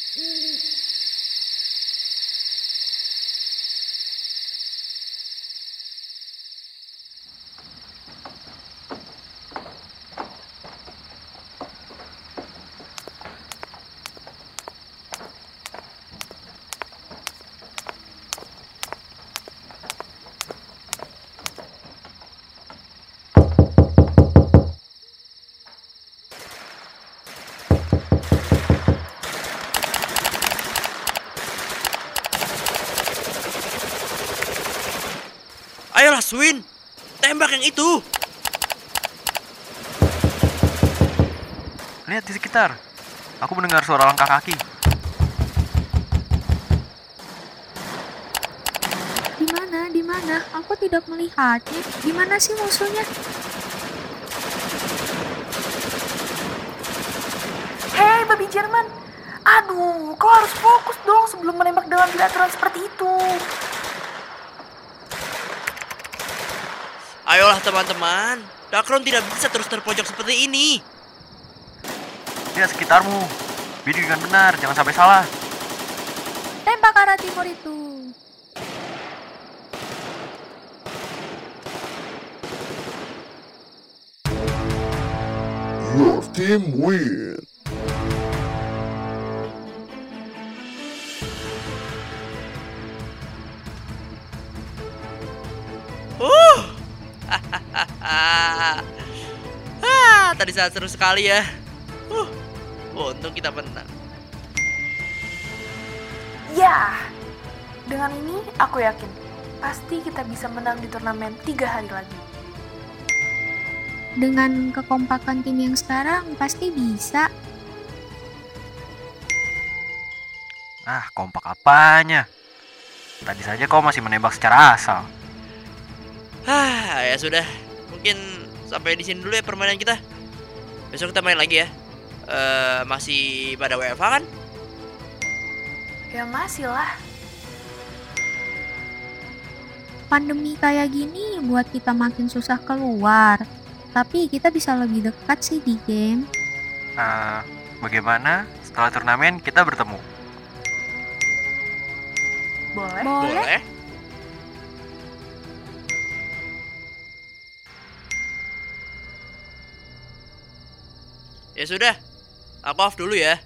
Ayolah, Swin. Tembak yang itu. Lihat di sekitar. Aku mendengar suara langkah kaki. Di mana? Aku tidak melihatnya. Di mana sih musuhnya? Hei, babi Jerman. Aduh, kau harus fokus dong sebelum menembak dengan aturan seperti itu. Ayolah teman-teman. Dakron tidak bisa terus terpojok seperti ini. Lihat sekitarmu. Bidik dengan benar, jangan sampai salah. Tembak arah timur itu. Your team win. Tadi saat seru sekali ya. Untung kita menang. Ya, dengan ini aku yakin pasti kita bisa menang di turnamen 3 hari lagi. Dengan kekompakan tim yang sekarang pasti bisa. Kompak apanya? Tadi saja kau masih menembak secara asal. Ya sudah. Mungkin sampai di sini dulu ya permainan kita. Besok kita main lagi ya. Masih pada WFH kan? Ya masih lah. Pandemi kayak gini buat kita makin susah keluar. Tapi kita bisa lebih dekat sih di game. Bagaimana setelah turnamen kita bertemu? Boleh? Boleh. Ya sudah. Aku off dulu ya.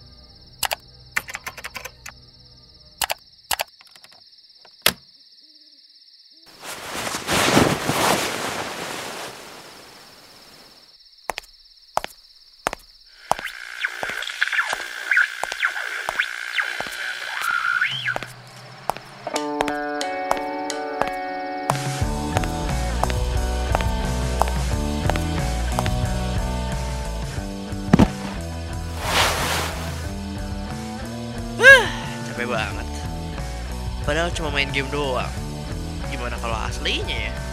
Capek banget. Padahal cuma main game doang. Gimana kalau aslinya ya?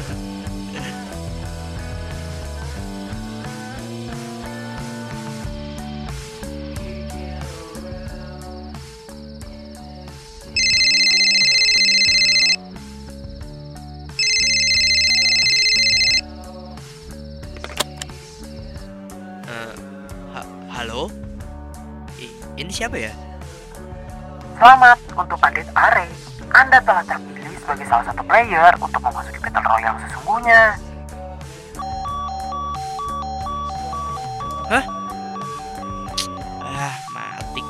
Halo? Ini siapa ya? Selamat untuk adik Are. Anda telah terpilih sebagai salah satu player untuk memasuki Battle Royale sesungguhnya. Hah? Mati.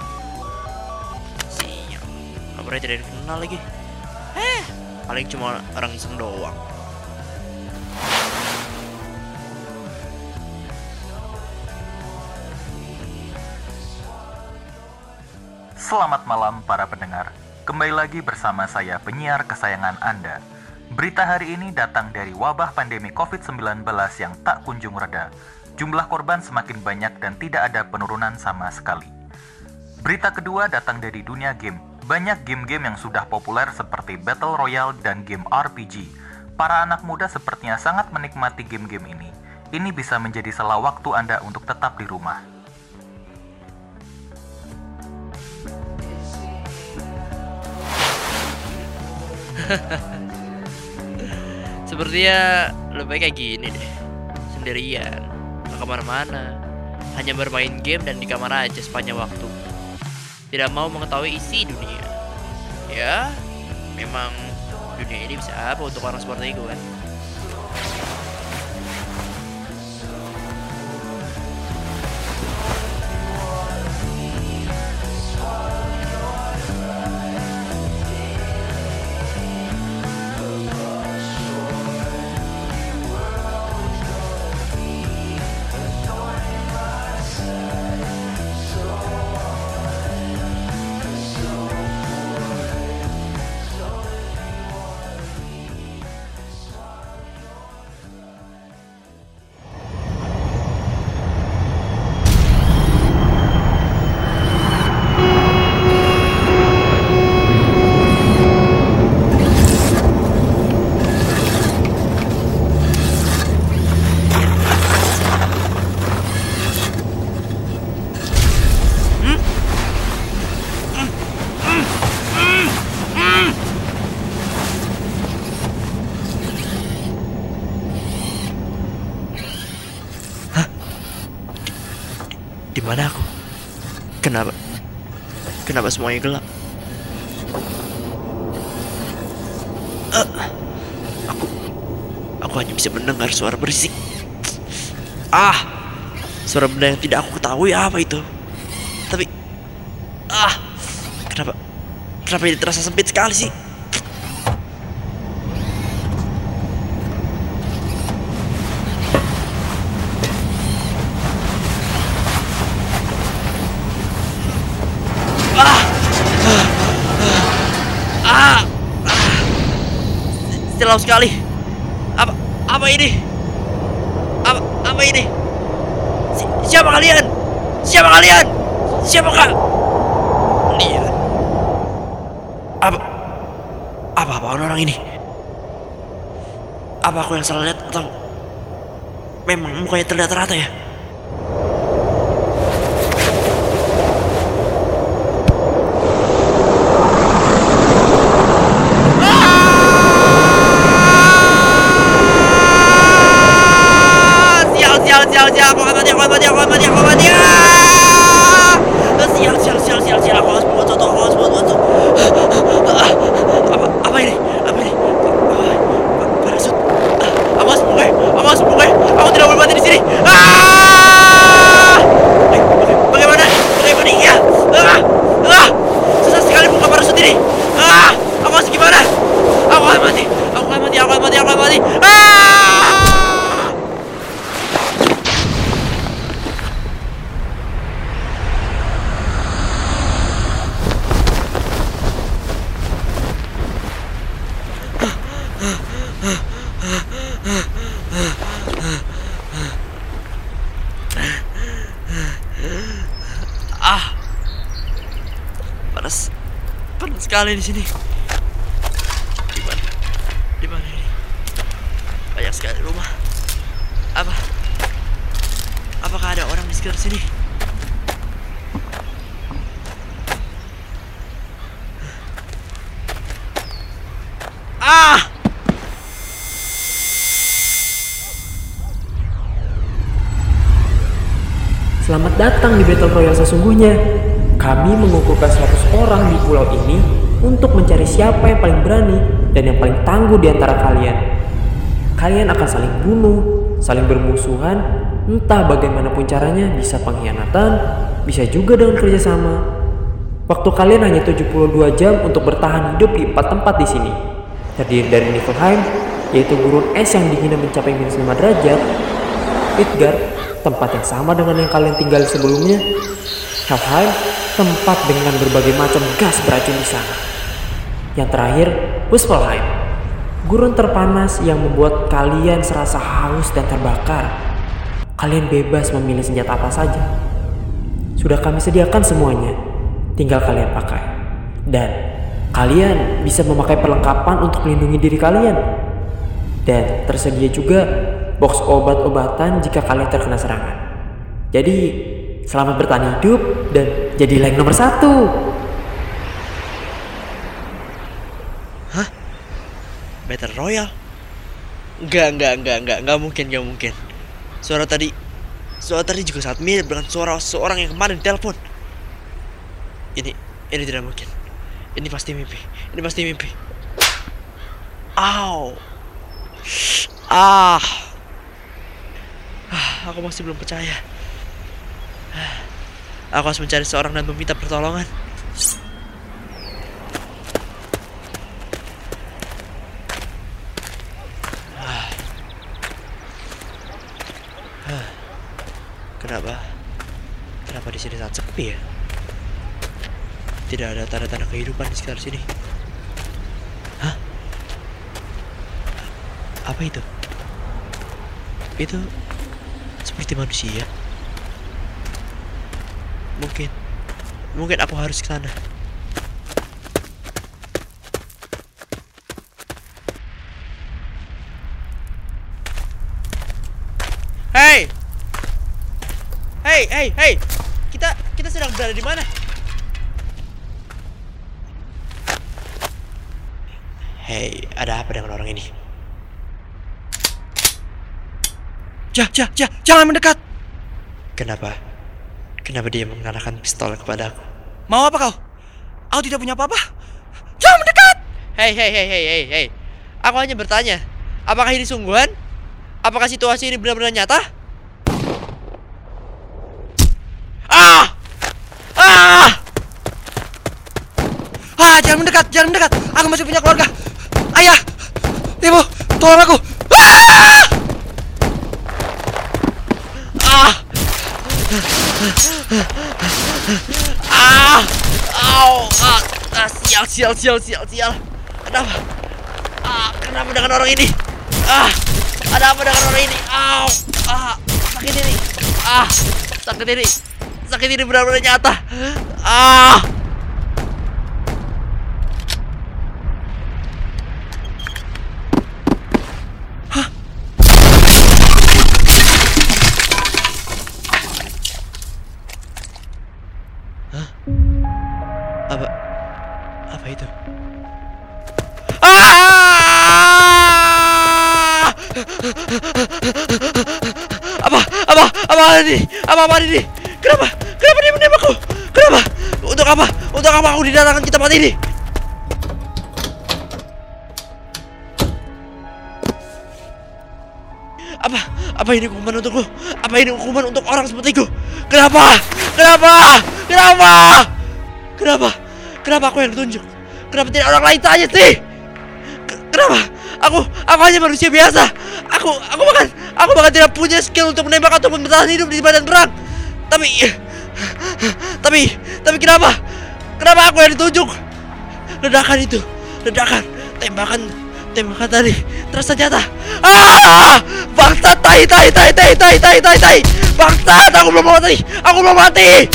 Sinyal. Nomornya tidak dikenal lagi. Paling cuma orang iseng doang. Selamat malam para pendengar. Kembali lagi bersama saya penyiar kesayangan Anda. Berita hari ini datang dari wabah pandemi COVID-19 yang tak kunjung reda. Jumlah korban semakin banyak dan tidak ada penurunan sama sekali. Berita kedua datang dari dunia game. Banyak game-game yang sudah populer seperti Battle Royale dan game RPG. Para anak muda sepertinya sangat menikmati game-game ini. Ini bisa menjadi sela waktu Anda untuk tetap di rumah. Sepertinya lebih baik kayak gini deh. Sendirian, gak kemana-mana. Hanya bermain game dan di kamar aja sepanjang waktu. tidak mau mengetahui isi dunia. Ya, memang dunia ini bisa apa untuk orang seperti gue kan? Di mana aku? Kenapa semuanya gelap? Aku hanya bisa mendengar suara berisik. Suara benda yang tidak aku ketahui apa itu. Tapi, kenapa ini terasa sempit sekali sih? Silau sekali. Apa ini? Apa ini? Siapa kalian? Siapa kalian? Siapakah? Lihat. Apa orang ini? Apa aku yang salah lihat atau memang mukanya terlihat rata ya? Sial, aku mati. Sial, aku harus buat. Apa ini? Parasut. Aku harus pukul. Aku tidak boleh mati di sini. Bagaimana? Ya. Susah sekali buka parasut ini. Aku harus gimana? Aku akan mati. Panas sekali di sini. Di mana ini? Banyak sekali rumah. Apakah ada orang di sekitar sini? Selamat datang di Battle Royale sesungguhnya. Kami mengumpulkan 100 orang di pulau ini untuk mencari siapa yang paling berani dan yang paling tangguh di antara kalian. Kalian akan saling bunuh, saling bermusuhan, entah bagaimanapun caranya, bisa pengkhianatan, bisa juga dengan kerjasama. Waktu kalian hanya 72 jam untuk bertahan hidup di 4 tempat di sini. Terdiri dari Niflheim, yaitu gurun es yang dinginnya mencapai minus 5 derajat, Midgard, tempat yang sama dengan yang kalian tinggal sebelumnya, Helheim, tempat dengan berbagai macam gas beracun di sana. Yang terakhir, Muspelheim, gurun terpanas yang membuat kalian serasa haus dan terbakar. Kalian bebas memilih senjata apa saja. Sudah kami sediakan semuanya, tinggal kalian pakai. Dan kalian bisa memakai perlengkapan untuk melindungi diri kalian. Dan tersedia juga box obat-obatan jika kalian terkena serangan. Jadi, selamat bertahan hidup dan jadilah yang nomor 1. Hah? Battle Royale? Enggak mungkin. Suara tadi juga sangat mirip dengan suara seorang yang kemarin telepon. Ini tidak mungkin. Ini pasti mimpi. Ini pasti mimpi. Au. Ah. Aku masih belum percaya. Aku harus mencari seorang dan meminta pertolongan. Kenapa di sini sangat sepi ya? Tidak ada tanda-tanda kehidupan di sekitar sini. Hah? Apa itu? Itu seperti manusia. Mungkin aku harus ke sana. Hey! Hey! Kita sedang berada di mana? Hey, ada apa dengan orang ini? Jangan mendekat! Kenapa dia mengenakan pistol kepada aku? Mau apa kau? Aku tidak punya apa-apa. Jangan mendekat! Hey. Aku hanya bertanya, apakah ini sungguhan? Apakah situasi ini benar-benar nyata? Jangan mendekat. Aku masih punya keluarga. Ayah, ibu, tolong aku. Sial. Kenapa dengan orang ini? Ada apa dengan orang ini? Sakit ini benar-benar nyata. Apa itu? Apa ini? Kenapa dia menembakku? Kenapa? Untuk apa aku didatangkan ke tempat ini? Apa ini hukuman untukku? Apa ini hukuman untuk orang sepertiku? Kenapa aku yang ditunjuk? Kenapa tidak orang lain saja sih? Kenapa? Aku hanya manusia biasa. Aku bahkan tidak punya skill untuk menembak ataupun bertahan hidup di medan perang. Tapi kenapa aku yang ditunjuk? Ledakan tembakan tadi terasa nyata. Bangsat, tai. Bangsat, aku belum mati.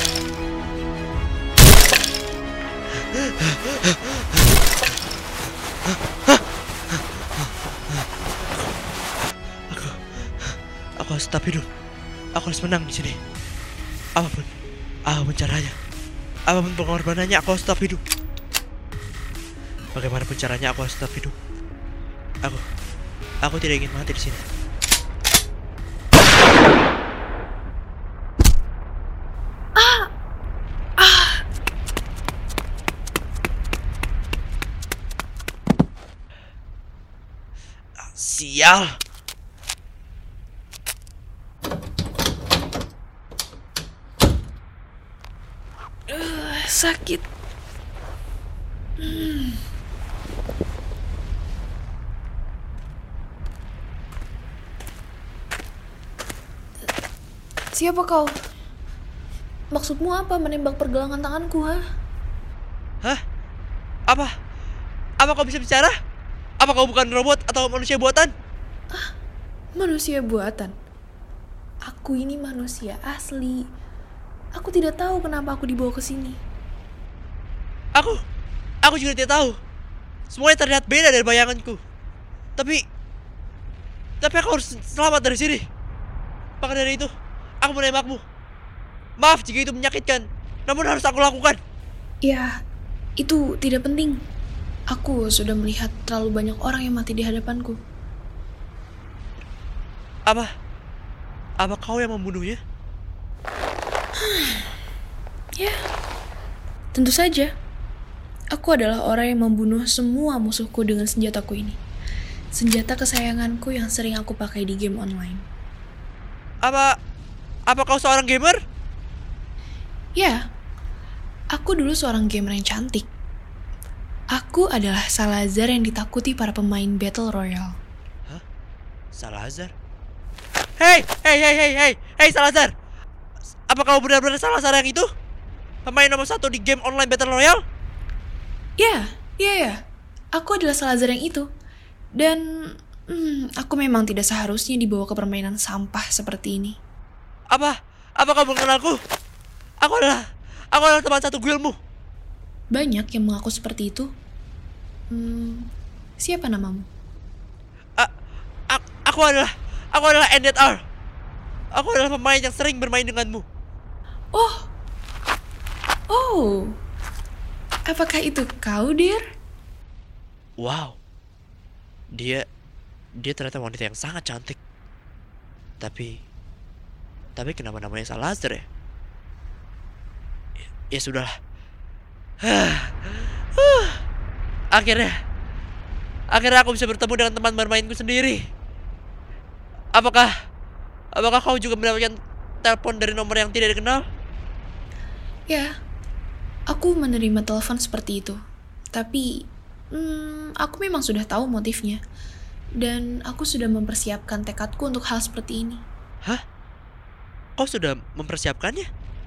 Aku harus tetap hidup. Aku harus menang di sini. Apapun caranya, apapun pengorbanannya, aku harus tetap hidup. Bagaimanapun caranya, aku harus tetap hidup. Aku tidak ingin mati di sini. Sial. Sakit. Siapa kau? Maksudmu apa menembak pergelangan tanganku, ha? Hah? Apa kau bisa bicara? Apa kau bukan robot atau manusia buatan? Manusia buatan? Aku ini manusia asli. Aku tidak tahu kenapa aku dibawa ke sini. Aku juga tidak tahu. Semuanya terlihat beda dari bayanganku. Tapi aku harus selamat dari sini. Maka dari itu, aku menembakmu. Maaf jika itu menyakitkan, namun harus aku lakukan. Ya, itu tidak penting. Aku sudah melihat terlalu banyak orang yang mati di hadapanku. Apa kau yang membunuhnya? Ya, Tentu saja, aku adalah orang yang membunuh semua musuhku dengan senjataku ini. Senjata kesayanganku yang sering aku pakai di game online. Apa kau seorang gamer? Ya, aku dulu seorang gamer yang cantik. Aku adalah Salazar yang ditakuti para pemain Battle Royale. Hah? Salazar? Hey, Salazar! Apa kau benar-benar Salazar yang itu? Pemain nomor 1 di game online Battle Royale? Ya. Aku adalah Salazar yang itu. Dan aku memang tidak seharusnya dibawa ke permainan sampah seperti ini. Apa kau mengenalku? Aku adalah teman satu guildmu. Banyak yang mengaku seperti itu. Siapa namamu? Aku adalah NDR. Aku adalah pemain yang sering bermain denganmu. Oh. Apakah itu kau, Dear? Wow. Dia ternyata wanita yang sangat cantik. Tapi kenapa namanya Salazar ya? Ya sudahlah. Akhirnya aku bisa bertemu dengan teman bermainku sendiri. Apakah kau juga mendapatkan telepon dari nomor yang tidak dikenal? Ya, aku menerima telepon seperti itu. Tapi aku memang sudah tahu motifnya. Dan aku sudah mempersiapkan tekadku untuk hal seperti ini. Hah? Kau sudah mempersiapkannya?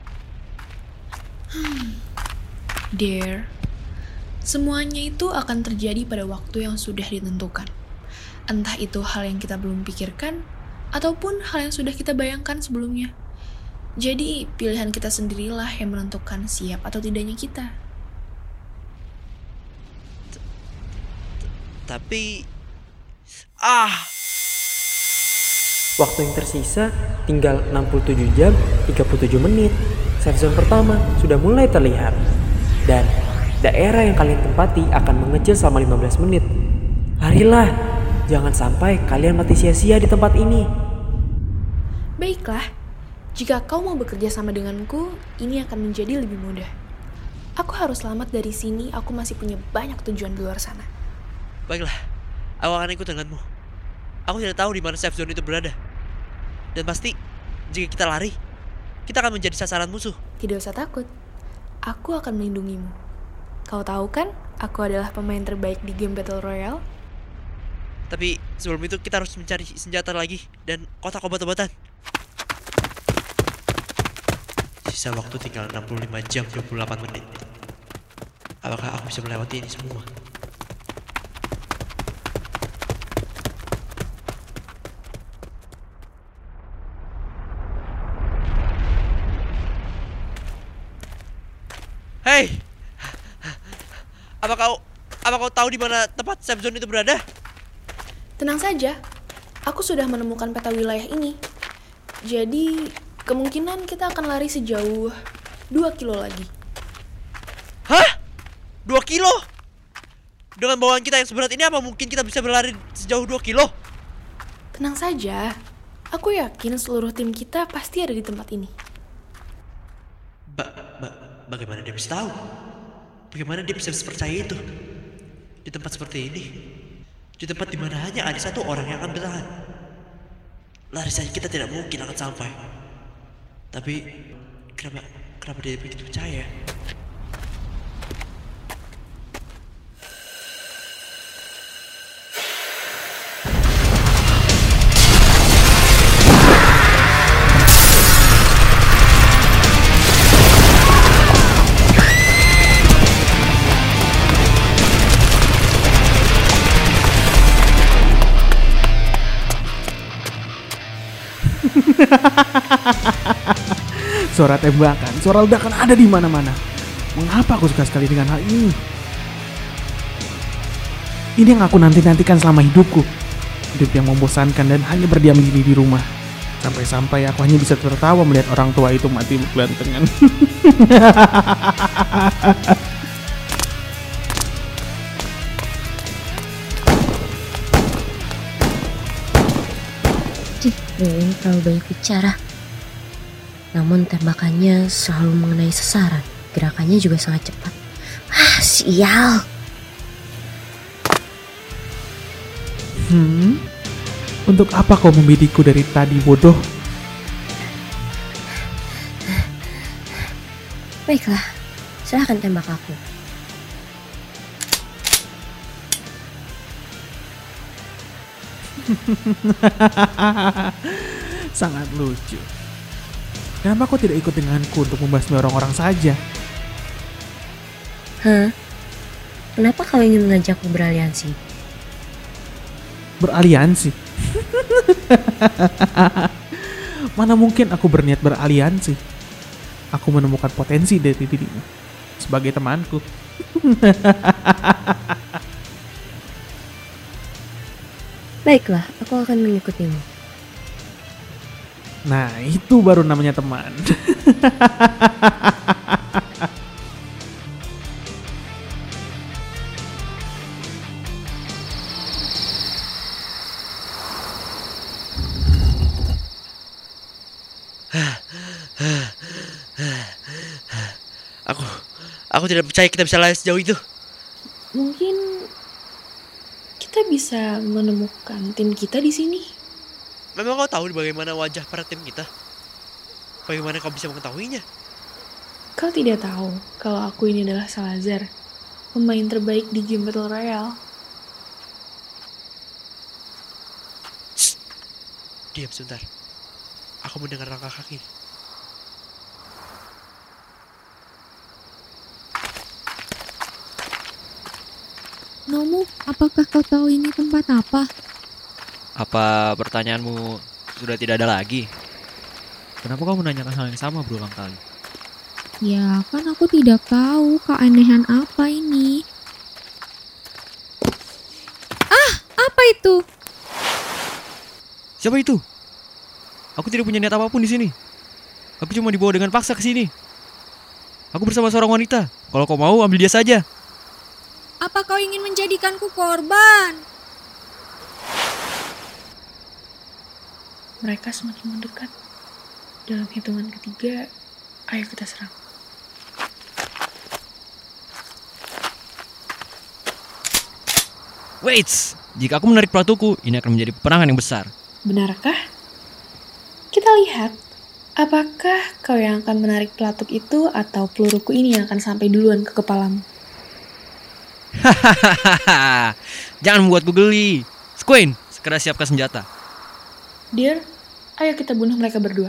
Dear, semuanya itu akan terjadi pada waktu yang sudah ditentukan. Entah itu hal yang kita belum pikirkan, ataupun hal yang sudah kita bayangkan sebelumnya. Jadi, pilihan kita sendirilah yang menentukan siap atau tidaknya kita. Tapi... Waktu yang tersisa tinggal 67 jam 37 menit. Safe zone pertama sudah mulai terlihat. Dan daerah yang kalian tempati akan mengecil selama 15 menit. Larilah, jangan sampai kalian mati sia-sia di tempat ini. Baiklah, jika kau mau bekerja sama denganku, ini akan menjadi lebih mudah. Aku harus selamat dari sini, aku masih punya banyak tujuan di luar sana. Baiklah, aku akan ikut denganmu. Aku tidak tahu di mana safe zone itu berada. Dan pasti, jika kita lari, kita akan menjadi sasaran musuh. Tidak usah takut, aku akan melindungimu. Kau tahu kan, aku adalah pemain terbaik di game Battle Royale. Tapi sebelum itu kita harus mencari senjata lagi dan kotak obat-obatan. Sisa waktu tinggal 65 jam 28 menit. Apakah aku bisa melewati ini semua? Hei, apa kau tahu di mana tempat safe zone itu berada? Tenang saja, aku sudah menemukan peta wilayah ini. Jadi, kemungkinan kita akan lari sejauh 2 kilo lagi. Hah? 2 kilo? Dengan bawaan kita yang seberat ini, apa mungkin kita bisa berlari sejauh 2 kilo? Tenang saja, aku yakin seluruh tim kita pasti ada di tempat ini. Bagaimana dia bisa tahu? Bagaimana dia bisa percaya itu? Di tempat seperti ini, di tempat dimana hanya ada satu orang yang akan bertahan. Lari saja kita tidak mungkin akan sampai. Tapi kenapa dia begitu percaya? Suara tembakan, suara ledakan ada di mana-mana. Mengapa aku suka sekali dengan hal ini? Ini yang aku nanti-nantikan selama hidupku. Hidup yang membosankan dan hanya berdiam diri di rumah. Sampai-sampai aku hanya bisa tertawa melihat orang tua itu mati bergelantungan. Ini terlalu banyak bicara. Namun tembakannya selalu mengenai sasaran. Gerakannya juga sangat cepat. Sial. Untuk apa kau membidikku dari tadi, bodoh? Baiklah, silahkan tembak aku. Sangat lucu. Kenapa kau tidak ikut denganku untuk membasmi orang-orang saja? Kenapa kau ingin mengajakku beraliansi? Beraliansi? Mana mungkin aku berniat beraliansi? Aku menemukan potensi dari dirimu sebagai temanku. Baiklah, aku akan mengikutimu. Nah, itu baru namanya teman. Aku tidak percaya kita bisa lari sejauh itu. Mungkin kita bisa menemukan tim kita di sini. Memang kau tahu bagaimana wajah para tim kita? Bagaimana kau bisa mengetahuinya? Kau tidak tahu kalau aku ini adalah Salazar, pemain terbaik di game Battle Royale. Diam sebentar. Aku mendengar langkah kaki. Nomu, apakah kau tahu ini tempat apa? Apa pertanyaanmu sudah tidak ada lagi? Kenapa kau menanyakan hal yang sama berulang kali? Ya, kan aku tidak tahu keanehan apa ini. Apa itu? Siapa itu? Aku tidak punya niat apapun di sini. Aku cuma dibawa dengan paksa ke sini. Aku bersama seorang wanita. Kalau kau mau, ambil dia saja. Apa kau ingin menjadikanku korban? Mereka semakin mendekat. Dalam hitungan ketiga, ayo kita serang. Wait! Jika aku menarik pelatuku, ini akan menjadi peperangan yang besar. Benarkah? Kita lihat. Apakah kau yang akan menarik pelatuk itu atau peluruku ini yang akan sampai duluan ke kepalamu? Hahaha, jangan membuatku geli. Squain, segera siapkan senjata. Dear, ayo kita bunuh mereka berdua.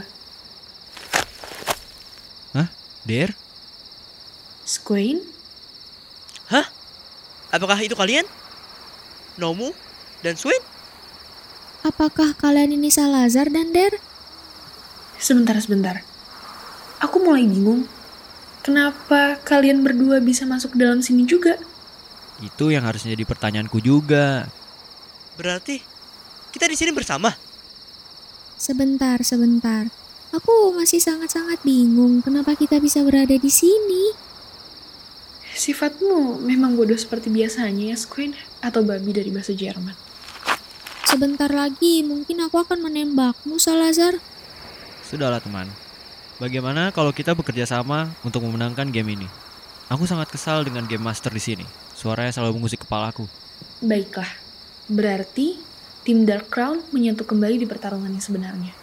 Hah? Dear? Squain? Hah? Apakah itu kalian? Nomu dan Swain? Apakah kalian ini Salazar dan Der? Sebentar. Aku mulai bingung. Kenapa kalian berdua bisa masuk ke dalam sini juga? Itu yang harusnya jadi pertanyaanku juga. Berarti kita di sini bersama? Sebentar. Aku masih sangat-sangat bingung kenapa kita bisa berada di sini. Sifatmu memang bodoh seperti biasanya ya, Squain, atau babi dari bahasa Jerman. Sebentar lagi mungkin aku akan menembakmu, Salazar. Sudahlah teman. Bagaimana kalau kita bekerja sama untuk memenangkan game ini? Aku sangat kesal dengan game master di sini. Suaranya selalu mengusik kepalaku. Baiklah. Berarti tim Dark Crown menyentuh kembali di pertarungan yang sebenarnya.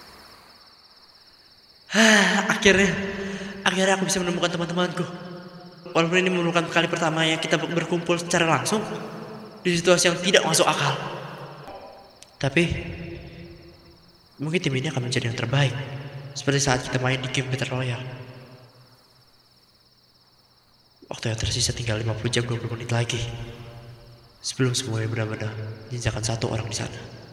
Akhirnya aku bisa menemukan teman-temanku. Walaupun ini merupakan kali pertama yang kita berkumpul secara langsung di situasi yang tidak masuk akal. Tapi mungkin tim ini akan menjadi yang terbaik, seperti saat kita main di game Battle Royale. Waktu yang tersisa tinggal 50 jam 20 menit lagi sebelum semuanya benar-benar menginjakan satu orang di sana.